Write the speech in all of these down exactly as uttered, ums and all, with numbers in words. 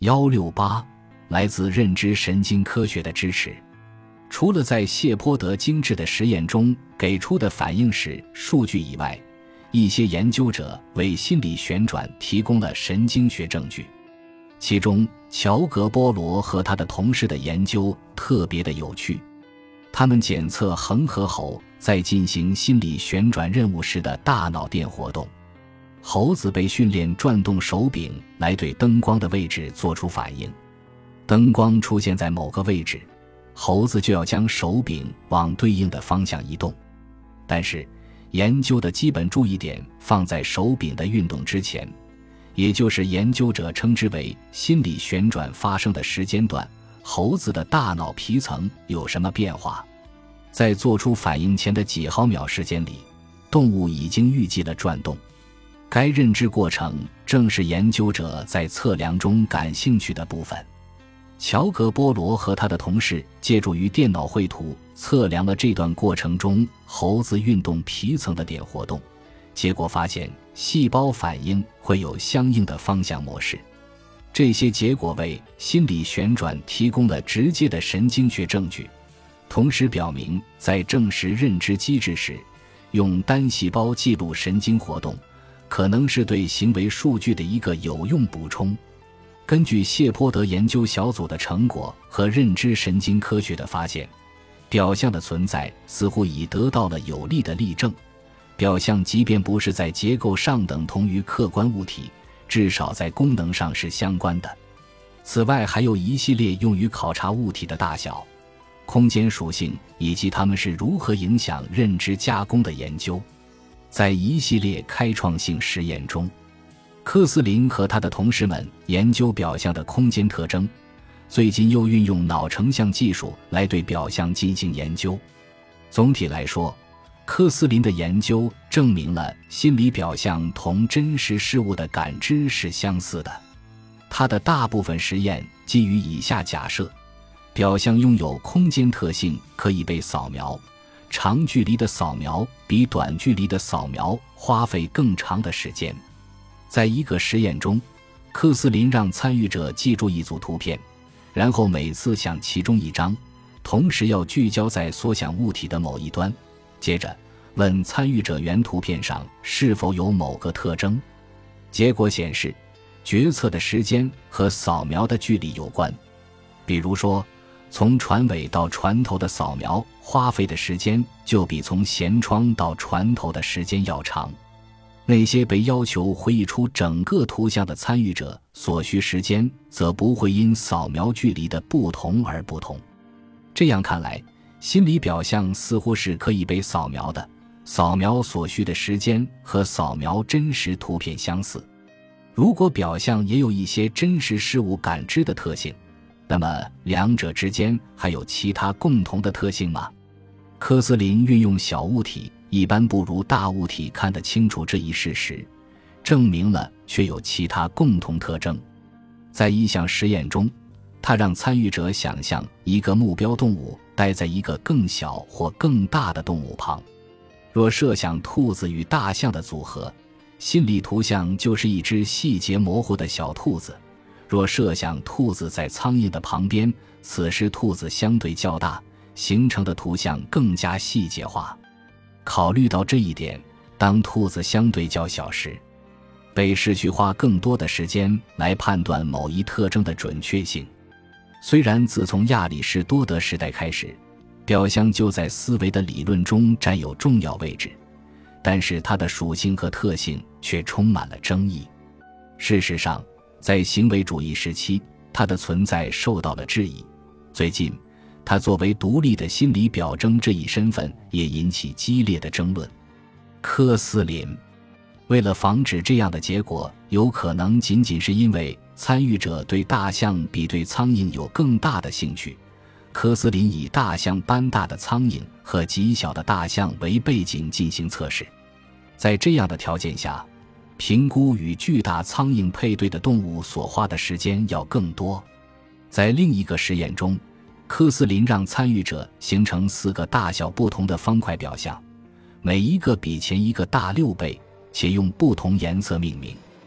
一六八来自认知神经科学的支持。除了在谢泼德精致的实验中给出的反应式数据以外，一些研究者为心理旋转提供了神经学证据。其中乔格波罗和他的同事的研究特别的有趣，他们检测恒河猴在进行心理旋转任务时的大脑电活动。猴子被训练转动手柄来对灯光的位置做出反应，灯光出现在某个位置，猴子就要将手柄往对应的方向移动。但是研究的基本注意点放在手柄的运动之前，也就是研究者称之为心理旋转发生的时间段，猴子的大脑皮层有什么变化。在做出反应前的几毫秒时间里，动物已经预计了转动。该认知过程正是研究者在测量中感兴趣的部分。乔格波罗和他的同事借助于电脑绘图测量了这段过程中猴子运动皮层的点活动，结果发现细胞反应会有相应的方向模式。这些结果为心理旋转提供了直接的神经学证据，同时表明在证实认知机制时，用单细胞记录神经活动可能是对行为数据的一个有用补充。根据谢泼德研究小组的成果和认知神经科学的发现，表象的存在似乎已得到了有力的例证。表象即便不是在结构上等同于客观物体，至少在功能上是相关的。此外，还有一系列用于考察物体的大小、空间属性以及它们是如何影响认知加工的研究。在一系列开创性实验中，科斯林和他的同事们研究表象的空间特征，最近又运用脑成像技术来对表象进行研究。总体来说，科斯林的研究证明了心理表象同真实事物的感知是相似的。他的大部分实验基于以下假设：表象拥有空间特性，可以被扫描，长距离的扫描比短距离的扫描花费更长的时间。在一个实验中，科斯林让参与者记住一组图片，然后每次想其中一张，同时要聚焦在所想物体的某一端，接着问参与者原图片上是否有某个特征。结果显示，决策的时间和扫描的距离有关。比如说，从船尾到船头的扫描花费的时间就比从舷窗到船头的时间要长。那些被要求回忆出整个图像的参与者所需时间则不会因扫描距离的不同而不同。这样看来，心理表象似乎是可以被扫描的，扫描所需的时间和扫描真实图片相似。如果表象也有一些真实事物感知的特性，那么两者之间还有其他共同的特性吗？科斯林运用小物体一般不如大物体看得清楚这一事实，证明了却有其他共同特征。在一项实验中，他让参与者想象一个目标动物待在一个更小或更大的动物旁。若设想兔子与大象的组合，心理图像就是一只细节模糊的小兔子。若设想兔子在苍蝇的旁边，此时兔子相对较大，形成的图像更加细节化。考虑到这一点，当兔子相对较小时，被试去花更多的时间来判断某一特征的准确性。虽然自从亚里士多德时代开始，表象就在思维的理论中占有重要位置，但是它的属性和特性却充满了争议。事实上，在行为主义时期，它的存在受到了质疑。最近，它作为独立的心理表征这一身份也引起激烈的争论。科斯林为了防止这样的结果有可能仅仅是因为参与者对大象比对苍蝇有更大的兴趣，科斯林以大象般大的苍蝇和极小的大象为背景进行测试。在这样的条件下，评估与巨大苍蝇配对的动物所花的时间要更多。在另一个实验中，科斯林让参与者形成四个大小不同的方块表象，每一个比前一个大六倍，且用不同颜色命名。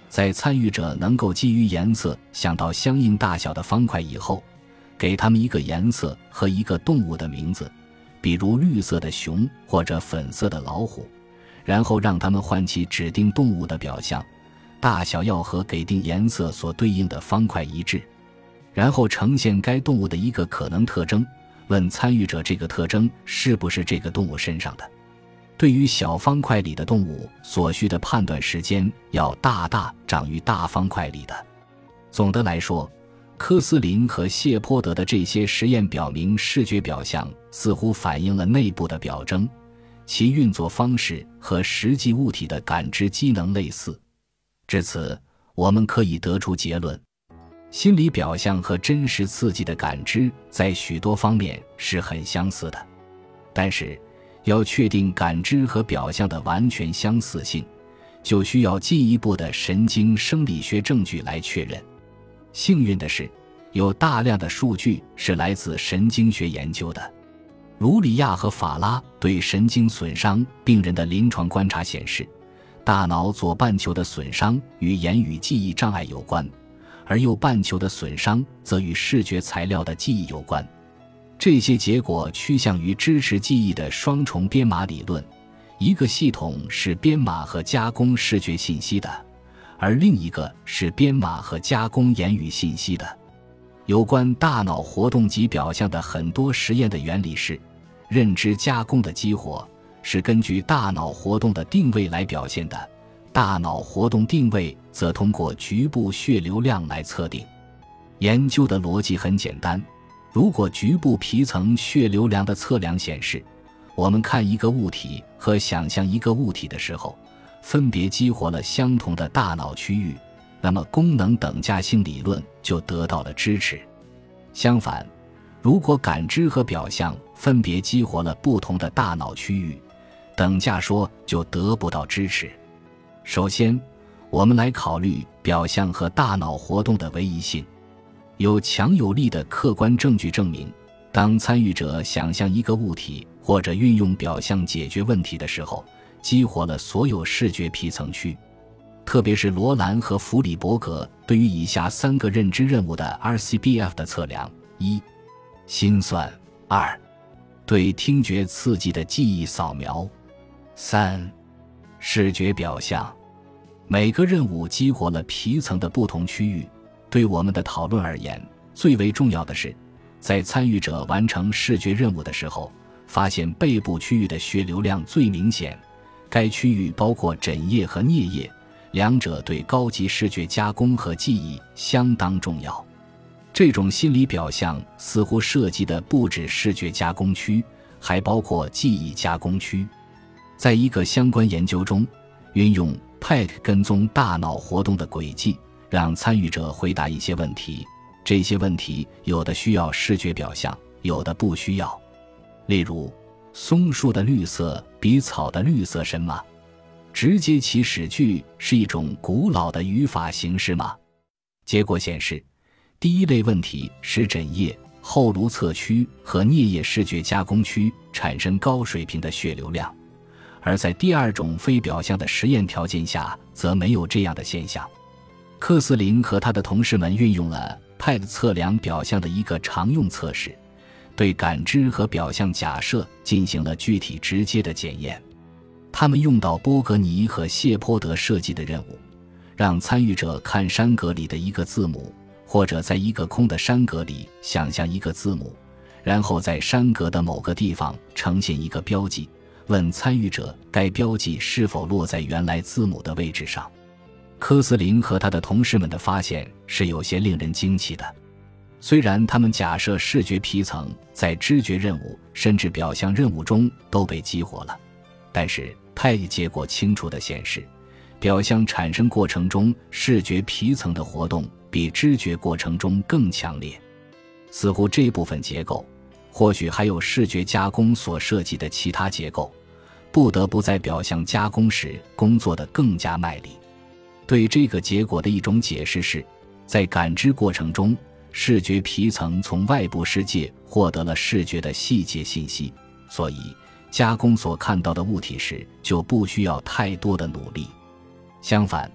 在参与者能够基于颜色想到相应大小的方块以后，给他们一个颜色和一个动物的名字，比如绿色的熊或者粉色的老虎，然后让他们唤起指定动物的表象，大小要和给定颜色所对应的方块一致，然后呈现该动物的一个可能特征，问参与者这个特征是不是这个动物身上的。对于小方块里的动物所需的判断时间要大大长于大方块里的。总的来说，科斯林和谢泼德的这些实验表明，视觉表象似乎反映了内部的表征，其运作方式和实际物体的感知机能类似。至此，我们可以得出结论：心理表象和真实刺激的感知在许多方面是很相似的。但是，要确定感知和表象的完全相似性，就需要进一步的神经生理学证据来确认。幸运的是，有大量的数据是来自神经学研究的。卢里亚和法拉对神经损伤病人的临床观察显示，大脑左半球的损伤与言语记忆障碍有关，而右半球的损伤则与视觉材料的记忆有关。这些结果趋向于支持记忆的双重编码理论，一个系统是编码和加工视觉信息的，而另一个是编码和加工言语信息的。有关大脑活动及表象的很多实验的原理是，认知加工的激活是根据大脑活动的定位来表现的，大脑活动定位则通过局部血流量来测定。研究的逻辑很简单，如果局部皮层血流量的测量显示，我们看一个物体和想象一个物体的时候，分别激活了相同的大脑区域，那么功能等价性理论就得到了支持。相反，如果感知和表象分别激活了不同的大脑区域，等价说就得不到支持。首先，我们来考虑表象和大脑活动的唯一性。有强有力的客观证据证明，当参与者想象一个物体或者运用表象解决问题的时候，激活了所有视觉皮层区。特别是罗兰和弗里伯格对于以下三个认知任务的 R C B F 的测量：一、心算；二、对听觉刺激的记忆扫描；三、视觉表象。每个任务激活了皮层的不同区域。对我们的讨论而言，最为重要的是，在参与者完成视觉任务的时候，发现背部区域的血流量最明显，该区域包括枕叶和颞叶，两者对高级视觉加工和记忆相当重要。这种心理表象似乎涉及的不止视觉加工区，还包括记忆加工区。在一个相关研究中，运用 P E T 跟踪大脑活动的轨迹，让参与者回答一些问题，这些问题有的需要视觉表象，有的不需要。例如，松树的绿色比草的绿色深吗？直接起始句是一种古老的语法形式吗？结果显示，第一类问题使枕叶、后颅侧区和颞叶视觉加工区产生高水平的血流量，而在第二种非表象的实验条件下则没有这样的现象。克斯林和他的同事们运用了 P E T 测量表象的一个常用测试，对感知和表象假设进行了具体直接的检验。他们用到波格尼和谢泼德设计的任务，让参与者看山格里的一个字母，或者在一个空的山格里想象一个字母，然后在山格的某个地方呈现一个标记，问参与者该标记是否落在原来字母的位置上。科斯林和他的同事们的发现是有些令人惊奇的。虽然他们假设视觉皮层在知觉任务甚至表象任务中都被激活了，但是 P E T 结果清楚地显示，表象产生过程中视觉皮层的活动比知觉过程中更强烈。似乎这部分结构，或许还有视觉加工所涉及的其他结构，不得不在表象加工时工作得更加卖力。对这个结果的一种解释是，在感知过程中，视觉皮层从外部世界获得了视觉的细节信息，所以加工所看到的物体时就不需要太多的努力。相反，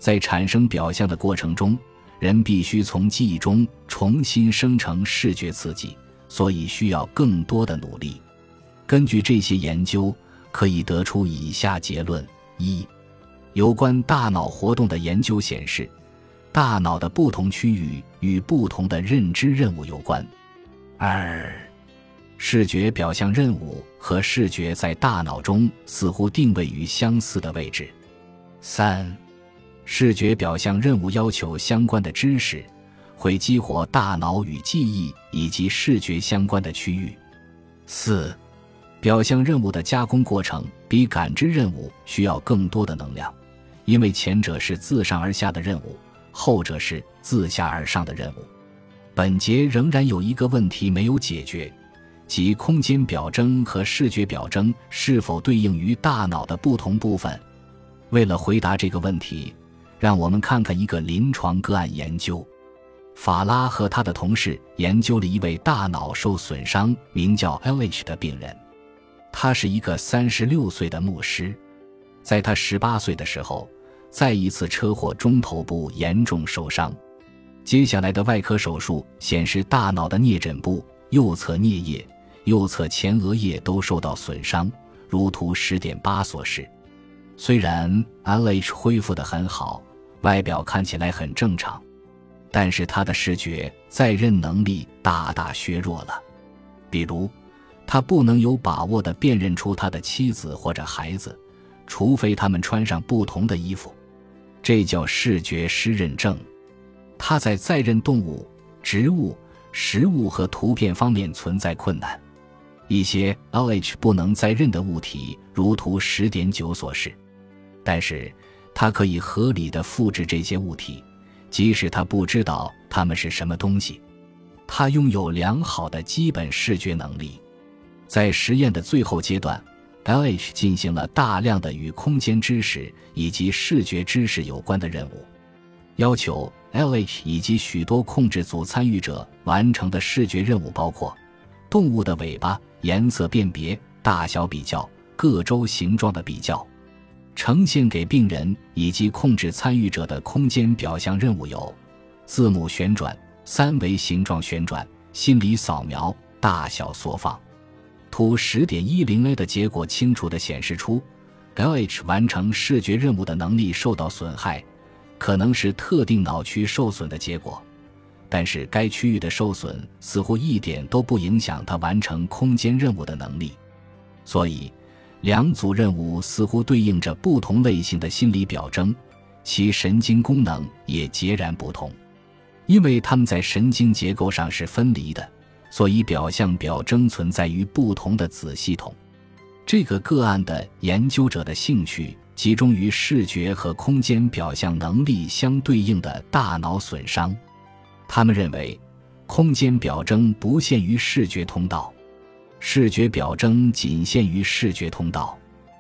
在产生表象的过程中，人必须从记忆中重新生成视觉刺激，所以需要更多的努力。根据这些研究，可以得出以下结论：一、有关大脑活动的研究显示，大脑的不同区域与不同的认知任务有关。二、视觉表象任务和视觉在大脑中似乎定位于相似的位置。三、视觉表象任务要求相关的知识，会激活大脑与记忆以及视觉相关的区域。四、表象任务的加工过程比感知任务需要更多的能量，因为前者是自上而下的任务，后者是自下而上的任务。本节仍然有一个问题没有解决，即空间表征和视觉表征是否对应于大脑的不同部分。为了回答这个问题，让我们看看一个临床个案研究。法拉和他的同事研究了一位大脑受损伤名叫 L H 的病人，他是一个三十六岁的牧师。在他十八岁的时候，在一次车祸中头部严重受伤，接下来的外科手术显示大脑的颞枕部、右侧颞叶、右侧前额叶都受到损伤，如图 十点八 所示。虽然 L H 恢复得很好，外表看起来很正常，但是他的视觉再认能力大大削弱了。比如，他不能有把握地辨认出他的妻子或者孩子，除非他们穿上不同的衣服。这叫视觉失认症。他在再认动物、植物、食物和图片方面存在困难。一些 L H 不能再认的物体，如图 十点九 所示。但是他可以合理地复制这些物体，即使他不知道它们是什么东西。他拥有良好的基本视觉能力。在实验的最后阶段， L H 进行了大量的与空间知识以及视觉知识有关的任务。要求 L H 以及许多控制组参与者完成的视觉任务包括动物的尾巴、颜色辨别、大小比较、各周形状的比较。呈现给病人以及控制参与者的空间表象任务有字母旋转、三维形状旋转、心理扫描、大小缩放。图 十点一零 A 的结果清楚地显示出 L H 完成视觉任务的能力受到损害，可能是特定脑区受损的结果，但是该区域的受损似乎一点都不影响他完成空间任务的能力。所以两组任务似乎对应着不同类型的心理表征，其神经功能也截然不同。因为它们在神经结构上是分离的，所以表象表征存在于不同的子系统。这个个案的研究者的兴趣集中于视觉和空间表象能力相对应的大脑损伤。他们认为，空间表征不限于视觉通道，视觉表征仅限于视觉通道。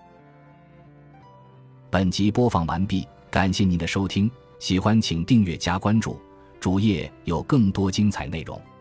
本集播放完毕，感谢您的收听，喜欢请订阅加关注，主页有更多精彩内容。